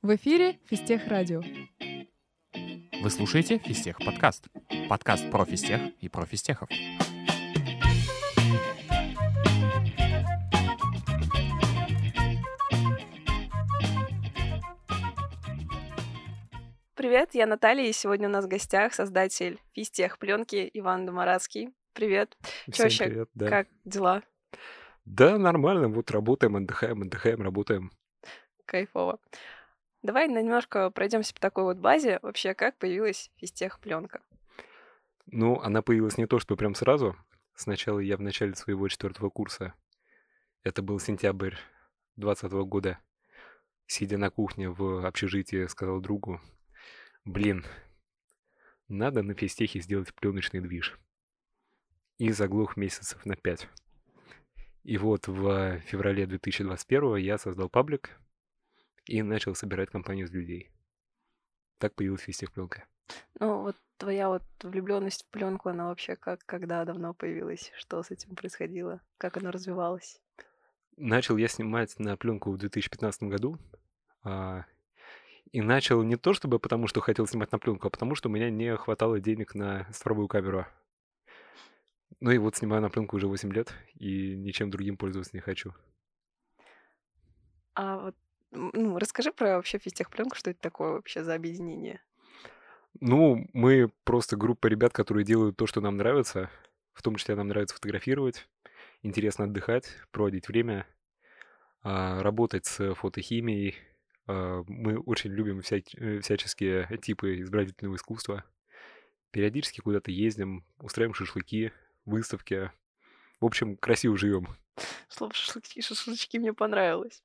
В эфире Физтех Радио. Вы слушаете Физтех подкаст. Подкаст про физтех и про физтехов. Привет, я Наталья, и сегодня у нас в гостях создатель Физтех пленки Иван Домарадский. Привет. Чё Всем вообще, привет, да. как дела? Да, нормально, вот работаем, отдыхаем, работаем. Кайфово. Давай немножко пройдемся по такой вот базе. Вообще, как появилась Физтех пленка? Ну, она появилась не то, что прям сразу. Сначала я в начале своего 4-го курса, это был сентябрь 2020 года, сидя на кухне в общежитии, сказал другу: блин, надо на физтехе сделать пленочный движ. И заглох месяцев на 5. И вот в феврале 2021 я создал паблик и начал собирать компанию из людей. Так появилась Физтех пленка. Ну, вот твоя вот влюбленность в пленку, она вообще когда давно появилась? Что с этим происходило? Как она развивалась? Начал я снимать на пленку в 2015 году. И начал не то чтобы потому, что хотел снимать на пленку, а потому что у меня не хватало денег на цифровую камеру. Ну и вот снимаю на пленку уже 8 лет, и ничем другим пользоваться не хочу. А вот, расскажи про вообще Физтех пленку, что это такое вообще за объединение? Ну, мы просто группа ребят, которые делают то, что нам нравится. В том числе нам нравится фотографировать, интересно отдыхать, проводить время, работать с фотохимией. Мы очень любим всяческие типы изобразительного искусства. Периодически куда-то ездим, устраиваем шашлыки, выставки. В общем, красиво живем. Слово шашлычки мне понравилось.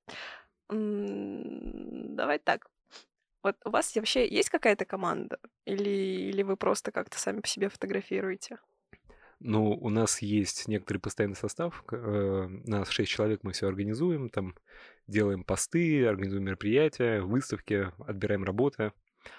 Давай так. Вот у вас вообще есть какая-то команда? Или вы просто как-то сами по себе фотографируете? Ну, у нас есть некоторый постоянный состав. Нас 6 человек, мы все организуем, там делаем посты, организуем мероприятия, выставки, отбираем работы.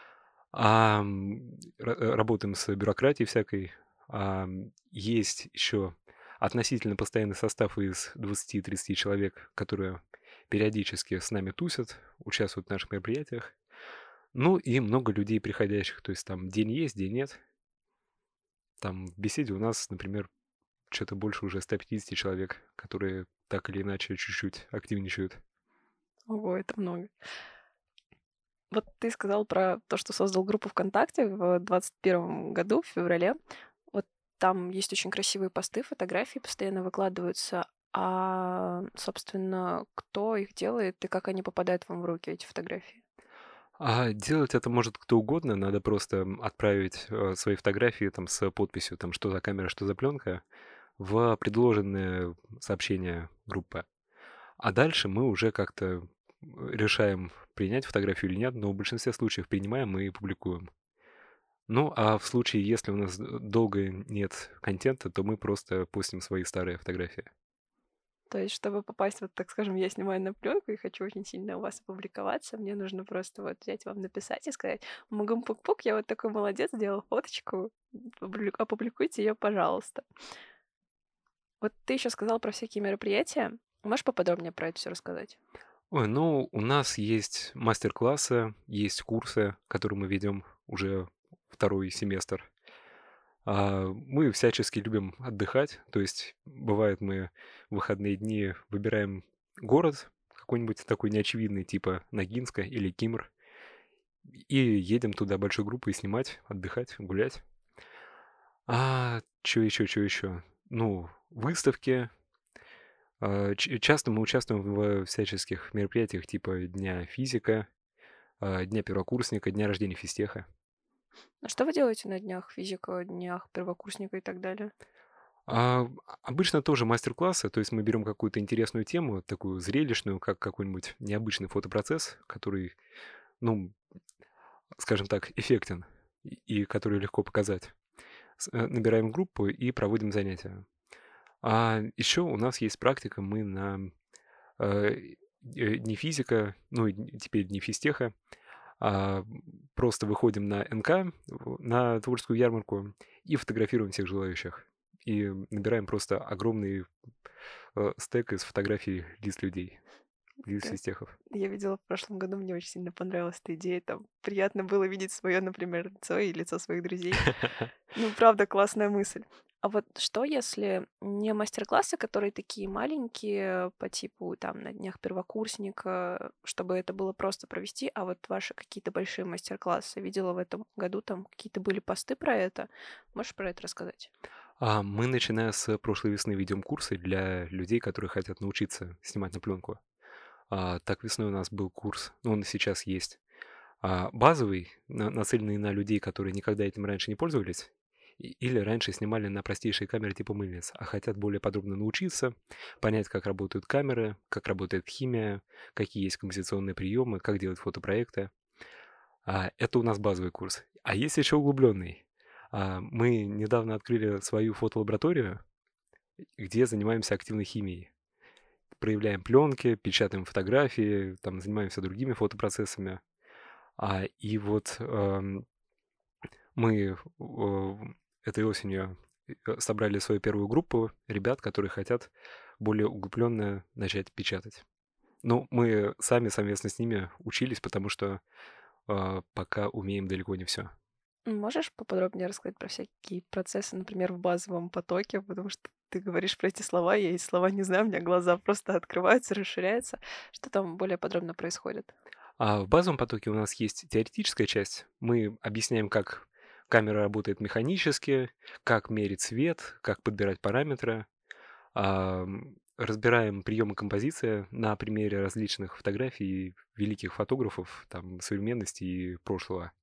Работаем с бюрократией всякой. Есть еще относительно постоянный состав из 20-30 человек, которые периодически с нами тусят, участвуют в наших мероприятиях. Ну и много людей приходящих, то есть там день есть, день нет. Там в беседе у нас, например, что-то больше уже 150 человек, которые так или иначе чуть-чуть активничают. Ого, это много. Вот ты сказал про то, что создал группу ВКонтакте в 2021 году, в феврале. Вот там есть очень красивые посты, фотографии постоянно выкладываются. Собственно, кто их делает и как они попадают вам в руки, эти фотографии? Делать это может кто угодно, надо просто отправить свои фотографии там с подписью, там что за камера, что за пленка, в предложенное сообщение группы. А дальше мы уже как-то решаем, принять фотографию или нет, но в большинстве случаев принимаем и публикуем. Ну, а в случае, если у нас долго нет контента, то мы просто постим свои старые фотографии. То есть, чтобы попасть, вот так скажем, я снимаю на пленку и хочу очень сильно у вас опубликоваться, мне нужно просто вот взять вам написать и сказать: Мугум-пук-пук, я вот такой молодец, сделал фоточку, опубликуйте ее, пожалуйста. Вот ты еще сказал про всякие мероприятия. Можешь поподробнее про это все рассказать? Ой, ну, у нас есть мастер-классы, есть курсы, которые мы ведем уже второй семестр. Мы всячески любим отдыхать, то есть бывает мы в выходные дни выбираем город какой-нибудь такой неочевидный, типа Ногинска или Кимр, и едем туда большой группой снимать, отдыхать, гулять. Что еще? Ну, выставки. Часто мы участвуем в всяческих мероприятиях типа Дня физика, Дня первокурсника, Дня рождения физтеха. А что вы делаете на днях физика, днях первокурсника и так далее? Обычно тоже мастер-классы, то есть мы берем какую-то интересную тему, такую зрелищную, как какой-нибудь необычный фотопроцесс, который, ну, скажем так, эффектен и который легко показать. Набираем группу и проводим занятия. Еще у нас есть практика, мы на не физика, ну и теперь не физтеха, просто выходим на НК, на творческую ярмарку и фотографируем всех желающих. И набираем просто огромный стек из фотографий лиц людей. из Да. физтехов. Я видела в прошлом году, мне очень сильно понравилась эта идея. Там приятно было видеть свое, например, лицо и лицо своих друзей. Ну, правда, классная мысль. А вот что, если не мастер-классы, которые такие маленькие, по типу там на днях первокурсника, чтобы это было просто провести, а вот ваши какие-то большие мастер-классы? Видела в этом году там какие-то были посты про это. Можешь про это рассказать? Мы, начиная с прошлой весны, ведем курсы для людей, которые хотят научиться снимать на пленку. Так весной у нас был курс, ну, он и сейчас есть, базовый, нацеленный на людей, которые никогда этим раньше не пользовались, или раньше снимали на простейшие камеры типа мыльниц, а хотят более подробно научиться, понять, как работают камеры, как работает химия, какие есть композиционные приемы, как делать фотопроекты. Это у нас базовый курс. А есть еще углубленный. Мы недавно открыли свою фотолабораторию, где занимаемся активной химией. Проявляем пленки, печатаем фотографии, там занимаемся другими фотопроцессами. И вот мы этой осенью собрали свою первую группу ребят, которые хотят более углубленно начать печатать. Ну, мы сами совместно с ними учились, потому что пока умеем далеко не все. Можешь поподробнее рассказать про всякие процессы, например, в базовом потоке, потому что ты говоришь про эти слова, я эти слова не знаю, у меня глаза просто открываются, расширяются. Что там более подробно происходит? В базовом потоке у нас есть теоретическая часть. Мы объясняем, как камера работает механически, как мерить свет, как подбирать параметры. Разбираем приемы композиции на примере различных фотографий великих фотографов там, современности и прошлого.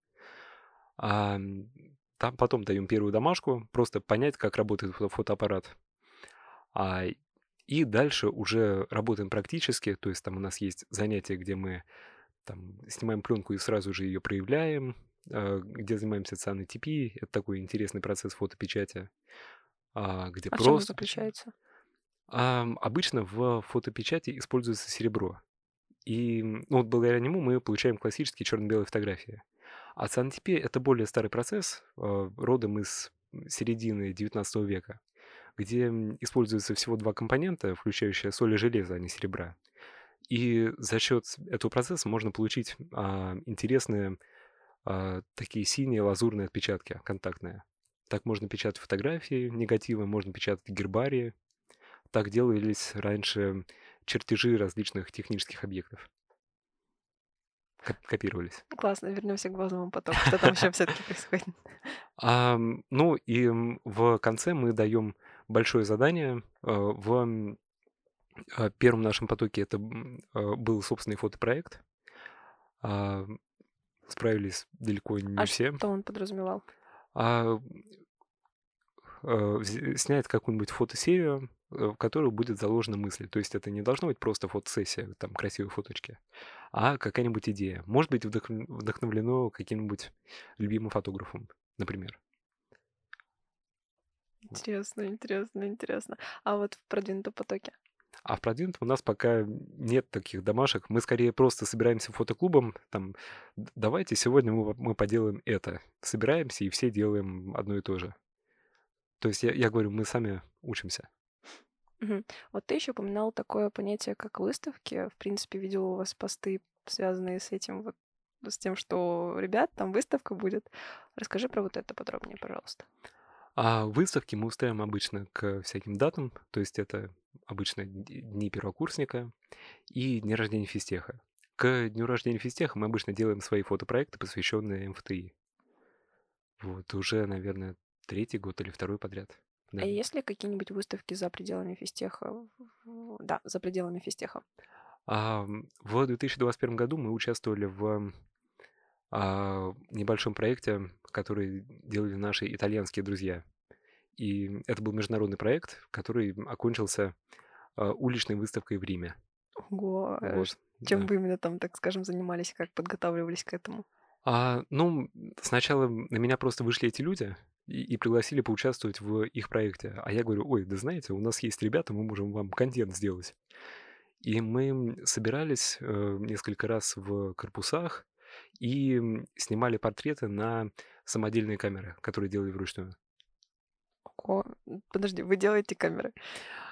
Там потом даем первую домашку, просто понять, как работает фотоаппарат. И дальше уже работаем практически, то есть там у нас есть занятия, где мы там снимаем пленку и сразу же ее проявляем, где занимаемся ЦАН-ТП, это такой интересный процесс фотопечати, где А в чем он просто заключается? обычно в фотопечати используется серебро. И ну, вот благодаря нему мы получаем классические черно-белые фотографии. А ЦАН-ТП — это более старый процесс, родом из середины 19 века, где используется всего два компонента, включающие соль и железо, а не серебра. И за счет этого процесса можно получить интересные такие синие лазурные отпечатки контактные. Так можно печатать фотографии, негативы, можно печатать гербарии. Так делались раньше чертежи различных технических объектов. Копировались. Классно, вернемся к базовому потоку. Что там еще все-таки происходит? Ну и в конце мы даем большое задание. В первом нашем потоке это был собственный фотопроект. А, Справились далеко А не все. что он подразумевал? А, Снять какую-нибудь фотосерию, в которую будет заложена мысль. То есть это не должно быть просто фотосессия, там красивые фоточки, а какая-нибудь идея. Может быть вдохновлено каким-нибудь любимым фотографом, например. Интересно, интересно, интересно. А вот в продвинутом потоке? А в продвинутом у нас пока нет таких домашек. Мы скорее просто собираемся фотоклубом. Там, давайте сегодня мы поделаем это. Собираемся и все делаем одно и то же. То есть я говорю, мы сами учимся. Мгм. Вот ты еще упоминал такое понятие, как выставки. В принципе, видела у вас посты, связанные с этим, вот с тем, что, ребят, там выставка будет. Расскажи про вот это подробнее, пожалуйста. А выставки мы устраиваем обычно к всяким датам, то есть это обычно дни первокурсника и дни рождения физтеха. К дню рождения физтеха мы обычно делаем свои фотопроекты, посвященные МФТИ. Вот уже, наверное, третий год или второй подряд. А Да. есть ли какие-нибудь выставки за пределами физтеха? Да, за пределами физтеха. В 2021 году мы участвовали в небольшом проекте, который делали наши итальянские друзья. И это был международный проект, который окончился уличной выставкой в Риме. Ого, Вот, чем да. вы именно там, так скажем, занимались, как подготавливались к этому? Ну, сначала на меня просто вышли эти люди и пригласили поучаствовать в их проекте. А я говорю, ой, да знаете, у нас есть ребята, мы можем вам контент сделать. И мы собирались несколько раз в корпусах и снимали портреты на самодельные камеры, которые делали вручную. Ого, подожди, вы делаете камеры?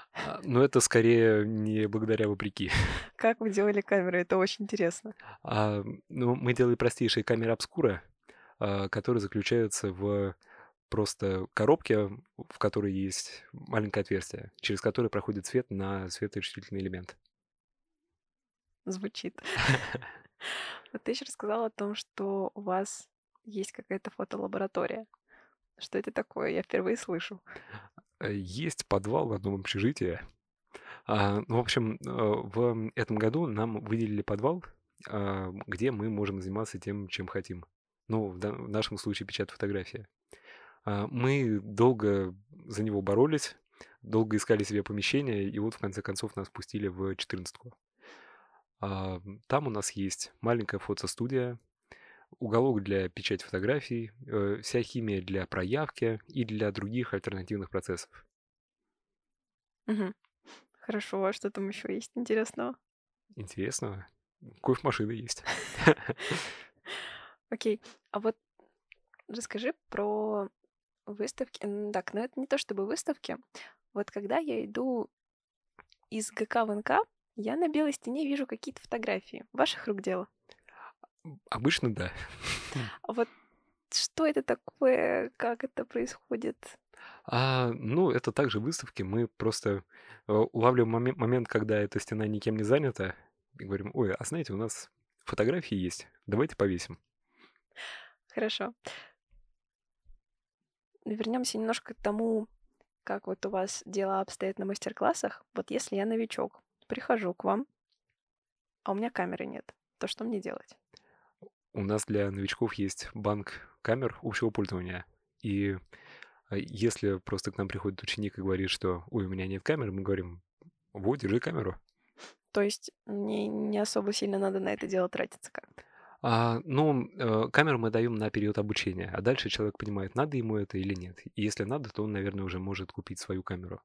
Но это скорее не благодаря, а вопреки. Как вы делали камеры? Это очень интересно. Ну, мы делали простейшие камеры обскура, которые заключаются в просто коробке, в которой есть маленькое отверстие, через которое проходит свет на светоочистительный элемент. Звучит. Вот ты еще рассказала о том, что у вас есть какая-то фотолаборатория. Что это такое? Я впервые слышу. Есть подвал в одном общежитии. Ну, в общем, в этом году нам выделили подвал, где мы можем заниматься тем, чем хотим. Ну, в нашем случае печатать фотографии. Мы долго за него боролись, долго искали себе помещение, и вот в конце концов нас пустили в 14-ку. Там у нас есть маленькая фотостудия, уголок для печати фотографий, вся химия для проявки и для других альтернативных процессов. Мгм. Хорошо, а что там еще есть интересного? Интересно, кофемашина есть. Окей, а вот расскажи про выставки. Так, ну это не то чтобы выставки. Вот когда я иду из ГК в НК, я на белой стене вижу какие-то фотографии. Ваших рук дело. Обычно да. А вот что это такое? Как это происходит? Ну, это также выставки. Мы просто улавливаем момент, когда эта стена никем не занята, и говорим, ой, а знаете, у нас фотографии есть, давайте повесим. Хорошо. Вернемся немножко к тому, как вот у вас дела обстоят на мастер-классах. Вот если я новичок, прихожу к вам, а у меня камеры нет, то что мне делать? У нас для новичков есть банк камер общего пользования. И если просто к нам приходит ученик и говорит, что ой, у меня нет камеры, мы говорим, вот, держи камеру. То есть мне не особо сильно надо на это дело тратиться как-то. Камеру мы даем на период обучения, а дальше человек понимает, надо ему это или нет. И если надо, то он, наверное, уже может купить свою камеру.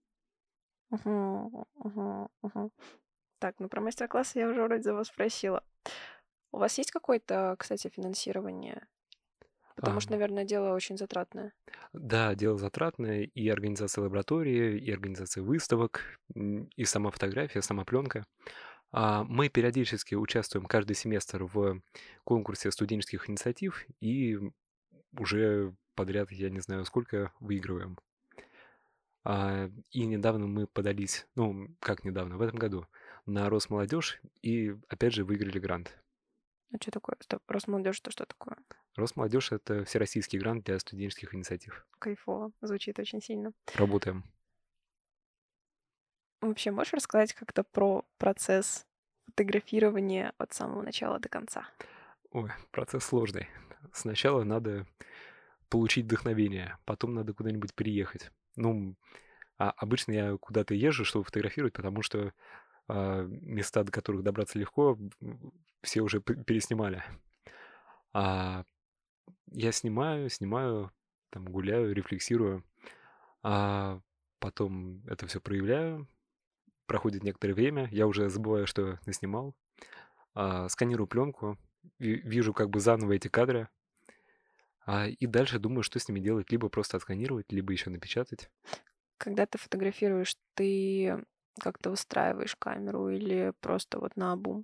Мгм, мгм, мгм. Так, ну про мастер-классы я уже вроде за вас спросила. У вас есть какое-то, кстати, финансирование? Потому А, что, наверное, дело очень затратное. Да, дело затратное, и организация лаборатории, и организация выставок, и сама фотография, сама пленка. Мы периодически участвуем каждый семестр в конкурсе студенческих инициатив и уже подряд, я не знаю сколько, выигрываем. И недавно мы подались, ну, как недавно, в этом году, на Росмолодежь и, опять же, выиграли грант. А что такое? Стоп, Росмолодежь, это что такое? Росмолодежь — это всероссийский грант для студенческих инициатив. Кайфово, звучит очень сильно. Работаем. Вообще, можешь рассказать как-то про процесс фотографирования от самого начала до конца? Ой, процесс сложный. Сначала надо получить вдохновение, потом надо куда-нибудь переехать. Ну, обычно я куда-то езжу, чтобы фотографировать, потому что места, до которых добраться легко, все уже переснимали. А я снимаю, там гуляю, рефлексирую, а потом это все проявляю. Проходит некоторое время, я уже забываю, что наснимал, сканирую пленку, вижу как бы заново эти кадры, и дальше думаю, что с ними делать. Либо просто отсканировать, либо еще напечатать. Когда ты фотографируешь, ты как-то выстраиваешь камеру или просто вот наобум?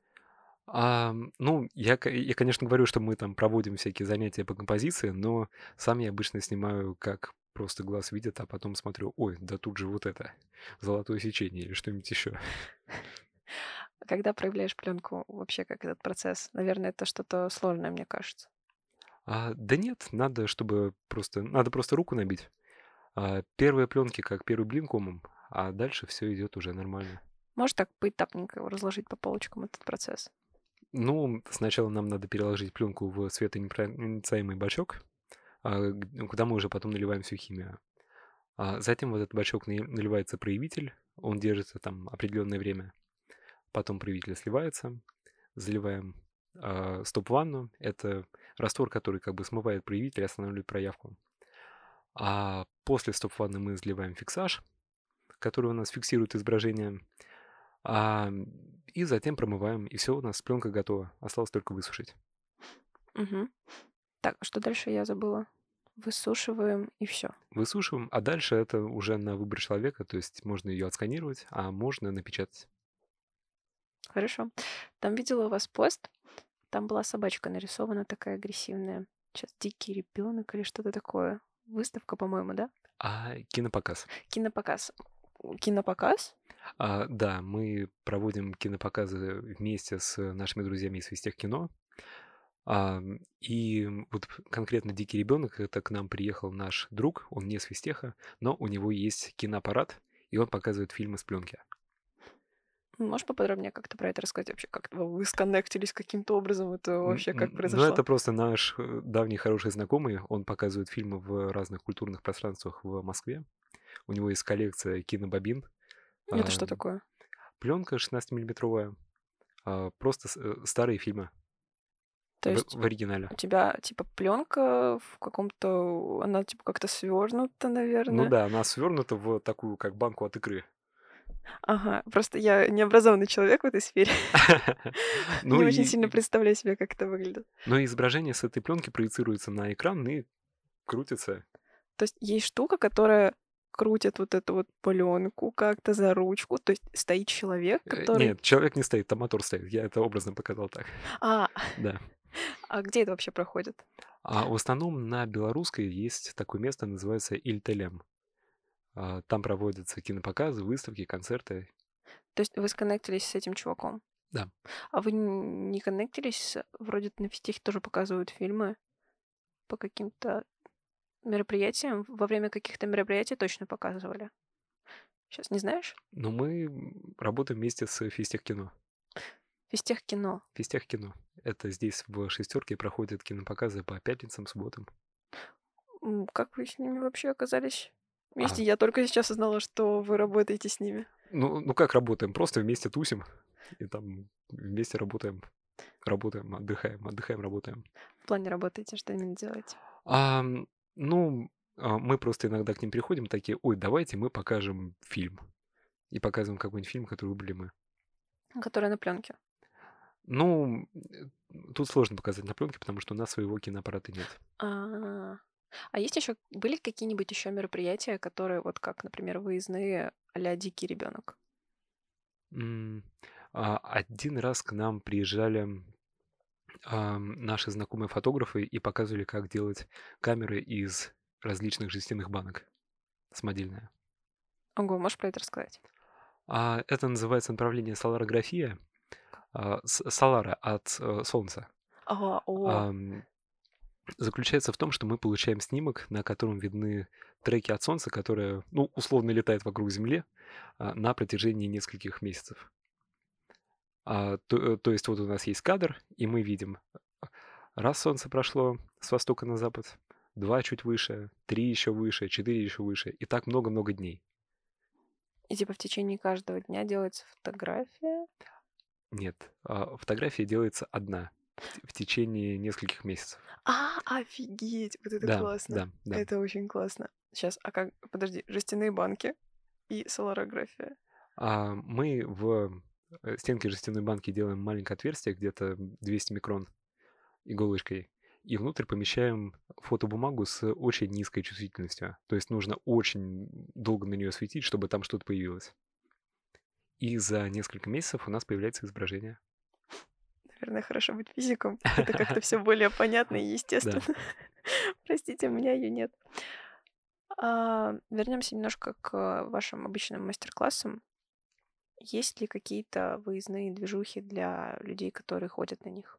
Ну, я, конечно, говорю, что мы там проводим всякие занятия по композиции, но сам я обычно снимаю, как просто глаз видит, а потом смотрю, ой, да тут же вот это, золотое сечение или что-нибудь еще. Когда проявляешь пленку, вообще как этот процесс? Наверное, это что-то сложное, мне кажется. Да нет, надо просто руку набить. Первые пленки как первый блин комом, а дальше все идет уже нормально. Можешь так поэтапненько его разложить по полочкам этот процесс? Ну, сначала нам надо переложить пленку в светонепроницаемый бачок, куда мы уже потом наливаем всю химию. Затем в этот бачок наливается проявитель, он держится там определенное время. Потом проявитель сливается, заливаем стоп-ванну. Это раствор, который как бы смывает проявитель и останавливает проявку. А после стоп-ванны мы заливаем фиксаж, который у нас фиксирует изображение. А, и затем промываем, и все, у нас пленка готова. Осталось только высушить. Угу. Так, а что дальше я забыла? Высушиваем и все. Высушиваем, а дальше это уже на выбор человека, то есть можно ее отсканировать, а можно напечатать. Хорошо. Там видела у вас пост, там была собачка нарисована такая агрессивная. Сейчас дикий ребенок или что-то такое. Выставка, по-моему, да? А кинопоказ. Кинопоказ. Кинопоказ? Да, мы проводим кинопоказы вместе с нашими друзьями из Физтех кино. И вот конкретно «Дикий ребенок» — это к нам приехал наш друг, он не с Физтеха, но у него есть киноаппарат, и он показывает фильмы с пленки. Можешь поподробнее как-то про это рассказать вообще? Как вы сконнектились каким-то образом? Это вообще как Ну, произошло? это просто наш давний хороший знакомый, он показывает фильмы в разных культурных пространствах в Москве. У него есть коллекция кинобобин. Это что такое? Пленка 16-миллиметровая, просто старые фильмы То есть в оригинале. у тебя типа пленка в каком-то, она типа как-то свернута, Ну наверное. да, она свернута в такую, как банку от икры. Ага, просто я необразованный человек в этой сфере. Ну Не очень и, сильно представляю себе, как это выглядит. но изображение с этой пленки проецируется на экран и крутится. То есть есть штука, которая крутит вот эту вот пленку как-то за ручку. То есть стоит человек, который... Нет, человек не стоит, там мотор стоит. Я это образно показал так. А, Да. а где это вообще проходит? А в основном на белорусской есть такое место, называется Ильтелем. Там проводятся кинопоказы, выставки, концерты. То есть вы сконнектились с этим чуваком? Да. А вы не коннектились? Вроде на физтехе тоже показывают фильмы по каким-то мероприятиям. Во время каких-то мероприятий точно показывали. Сейчас не знаешь? Но мы работаем вместе с Физтех кино. Физтех кино. Физтех кино. Это здесь в Шестерке проходят кинопоказы по пятницам, субботам. Как вы с ними вообще оказались вместе? А. Я только сейчас узнала, что вы работаете с ними. Ну как работаем? Просто вместе тусим и там вместе работаем, отдыхаем, работаем. В плане работаете, что именно делаете? Мы просто иногда к ним приходим, такие: ой, давайте мы покажем фильм. И показываем какой-нибудь фильм, который выбрали мы. Который на пленке. Ну, тут сложно показать на пленке, потому что у нас своего киноаппарата нет. А есть еще были какие-нибудь еще мероприятия, которые вот как, например, выездные а-ля «Дикий ребенок»? Один раз к нам приезжали наши знакомые фотографы и показывали, как делать камеры из различных жестяных банок. Самодельная. Ого, можешь про это рассказать? Это называется направление соларография. Солара от солнца. Заключается в том, что мы получаем снимок, на котором видны треки от солнца, которые, условно летают вокруг Земли на протяжении нескольких месяцев. То есть вот у нас есть кадр, и мы видим, раз солнце прошло с востока на запад, 2 чуть выше, 3 еще выше, 4 еще выше, и так много-много дней. И типа в течение каждого дня делается фотография? Нет, фотография делается одна в течение нескольких месяцев. Офигеть! Вот это Да, классно. да. Это очень классно. Сейчас, подожди, жестяные банки и соларография. Мы в стенке жестяной банки делаем маленькое отверстие, где-то 200 микрон иголочкой, и внутрь помещаем фотобумагу с очень низкой чувствительностью. То есть нужно очень долго на нее светить, чтобы там что-то появилось. И за несколько месяцев у нас появляется изображение. Наверное, хорошо быть физиком. Это как-то все более понятно и естественно. Простите, у меня ее нет. Вернемся немножко к вашим обычным мастер-классам. Есть ли какие-то выездные движухи для людей, которые ходят на них?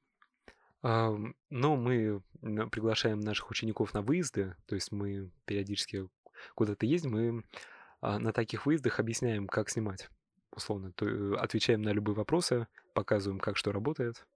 Мы приглашаем наших учеников на выезды, то есть мы периодически куда-то ездим, и на таких выездах объясняем, как снимать, условно. Отвечаем на любые вопросы, показываем, как что работает.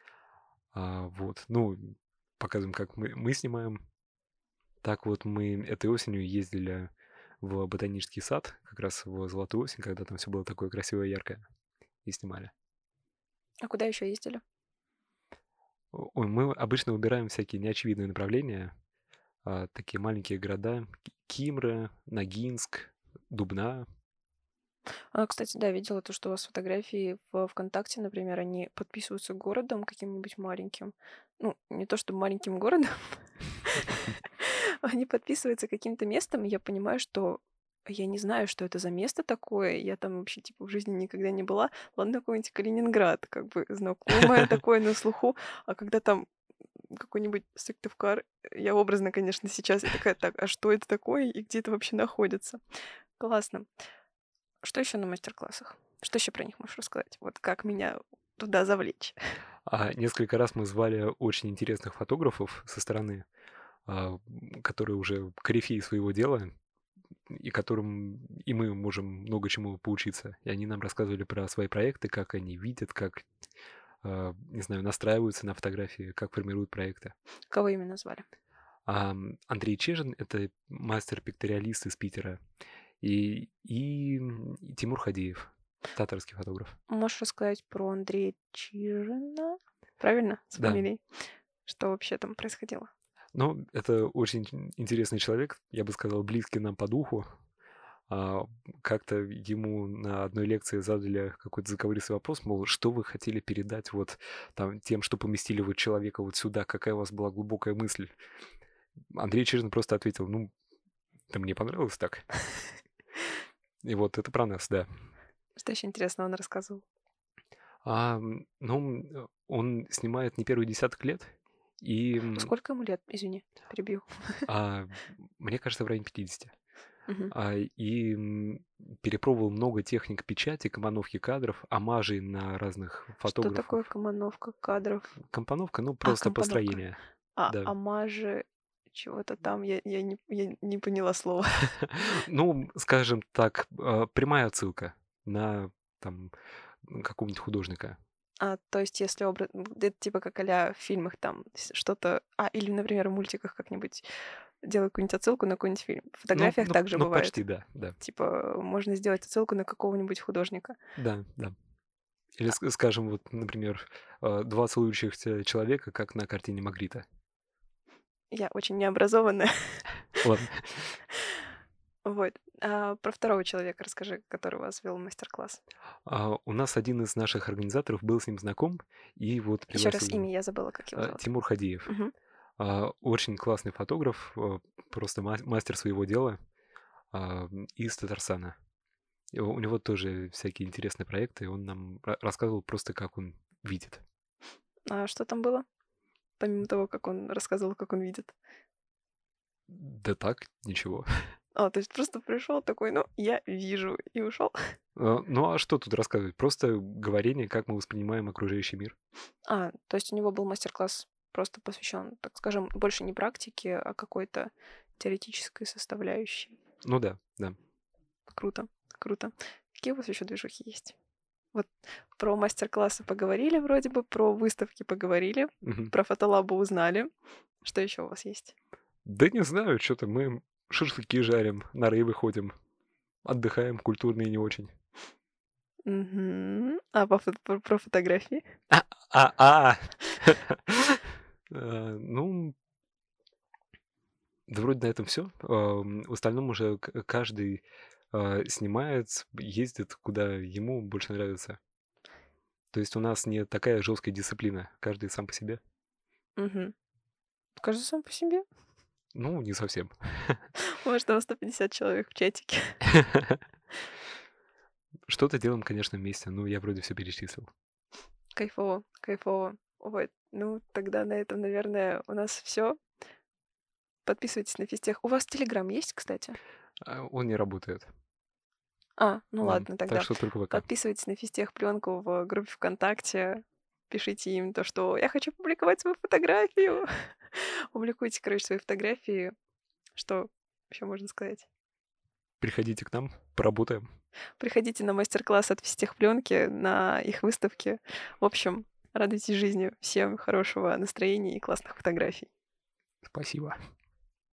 Показываем, как мы снимаем. Так вот, мы этой осенью ездили в ботанический сад, как раз в золотую осень, когда там все было такое красивое, яркое, и снимали. А куда еще ездили? Ой, мы обычно выбираем всякие неочевидные направления, такие маленькие города: Кимры, Ногинск, Дубна. Кстати, да, видела то, что у вас фотографии в ВКонтакте, например, они подписываются городом каким-нибудь маленьким. Ну, не то чтобы маленьким городом, они подписываются каким-то местом, и я понимаю, что я не знаю, что это за место такое. Я там вообще, типа, в жизни никогда не была. Ладно, какой-нибудь Калининград, как бы знакомое такое на слуху. А когда там какой-нибудь Сыктывкар, я образно, конечно, сейчас, я такая, так, а что это такое и где это вообще находится? Классно. Что еще на мастер-классах? Что еще про них можешь рассказать? Вот как меня туда завлечь? Несколько раз мы звали очень интересных фотографов со стороны, которые уже корифеи своего дела, и которым и мы можем много чему поучиться. И они нам рассказывали про свои проекты, как они видят, как, не знаю, настраиваются на фотографии, как формируют проекты. Кого именно звали? Андрей Чижин — это мастер-пикториалист из Питера, и Тимур Хадеев, татарский фотограф. Можешь рассказать про Андрея Чижина? Правильно? С Да. фамилией? Что вообще там происходило? Ну, это очень интересный человек, я бы сказал, близкий нам по духу. Как-то ему на одной лекции задали какой-то заковыристый вопрос, мол, что вы хотели передать вот там тем, что поместили вот человека вот сюда, какая у вас была глубокая мысль? Андрей Чижин просто ответил, ну, да мне понравилось так. И вот это про нас, да. Что еще интересного он рассказывал? Ну, он снимает не первый десяток лет, и Сколько ему лет? Извини, перебью. мне кажется, в районе 50. Мгм. И перепробовал много техник печати, компоновки кадров, омажей на разных Что такое фотографов. компоновка кадров? Компоновка, ну, просто компоновка. построение. Да. Омажи чего-то там, я не поняла слова. Ну, скажем так, прямая отсылка на там какого-нибудь художника. То есть если это типа как а-ля в фильмах там что-то... или, например, в мультиках как-нибудь делают какую-нибудь отсылку на какой-нибудь фильм. В фотографиях также бывает. Почти, да. Типа можно сделать отсылку на какого-нибудь художника. Да. Или, скажем, вот, например, два целующихся человека, как на картине Магрита. Я очень необразованная. Ладно. Вот. Про второго человека расскажи, который у вас вел мастер-класс. У нас один из наших организаторов был с ним знаком, и вот Еще раз пригласил имя я забыла, как его зовут. Тимур Хадеев. Мгм. Очень классный фотограф, просто мастер своего дела, из Татарстана. И у него тоже всякие интересные проекты, и он нам рассказывал просто, как он видит. А что там было? Помимо того, как он рассказывал, как он видит. Да так, ничего. То есть просто пришел такой, ну, я вижу, и ушел. Ну а что тут рассказывать? Просто говорение, как мы воспринимаем окружающий мир. То есть у него был мастер-класс просто посвящен, так скажем, больше не практике, а какой-то теоретической составляющей. Ну да. Круто. Какие у вас еще движухи есть? Вот про мастер-классы поговорили вроде бы, про выставки поговорили, Мгм. про фотолабу узнали. Что еще у вас есть? Да не знаю, что-то мы шашлыки жарим, на рейвы ходим, отдыхаем, культурные не очень. Мгм. Про фотографии? Ну, да вроде на этом все. В остальном уже каждый снимает, ездит, куда ему больше нравится. То есть у нас не такая жесткая дисциплина, каждый сам по себе. Мгм. Каждый сам по себе. Ну, не совсем. Может, там 150 человек в чатике. Что-то делаем, конечно, вместе, но я вроде все перечислил. Кайфово. Вот. Ну, тогда на этом, наверное, у нас все. Подписывайтесь на физтех. У вас Телеграм есть, кстати? Он не работает. Ну Да, ладно, тогда так что только ВК. подписывайтесь на физтех пленку в группе ВКонтакте. Пишите им то, что я хочу публиковать свою фотографию. Публикуйте, короче, свои фотографии. Что еще можно сказать? Приходите к нам, поработаем. Приходите на мастер-класс от физтехпленки, на их выставке. В общем, радуйтесь жизни. Всем хорошего настроения и классных фотографий. Спасибо.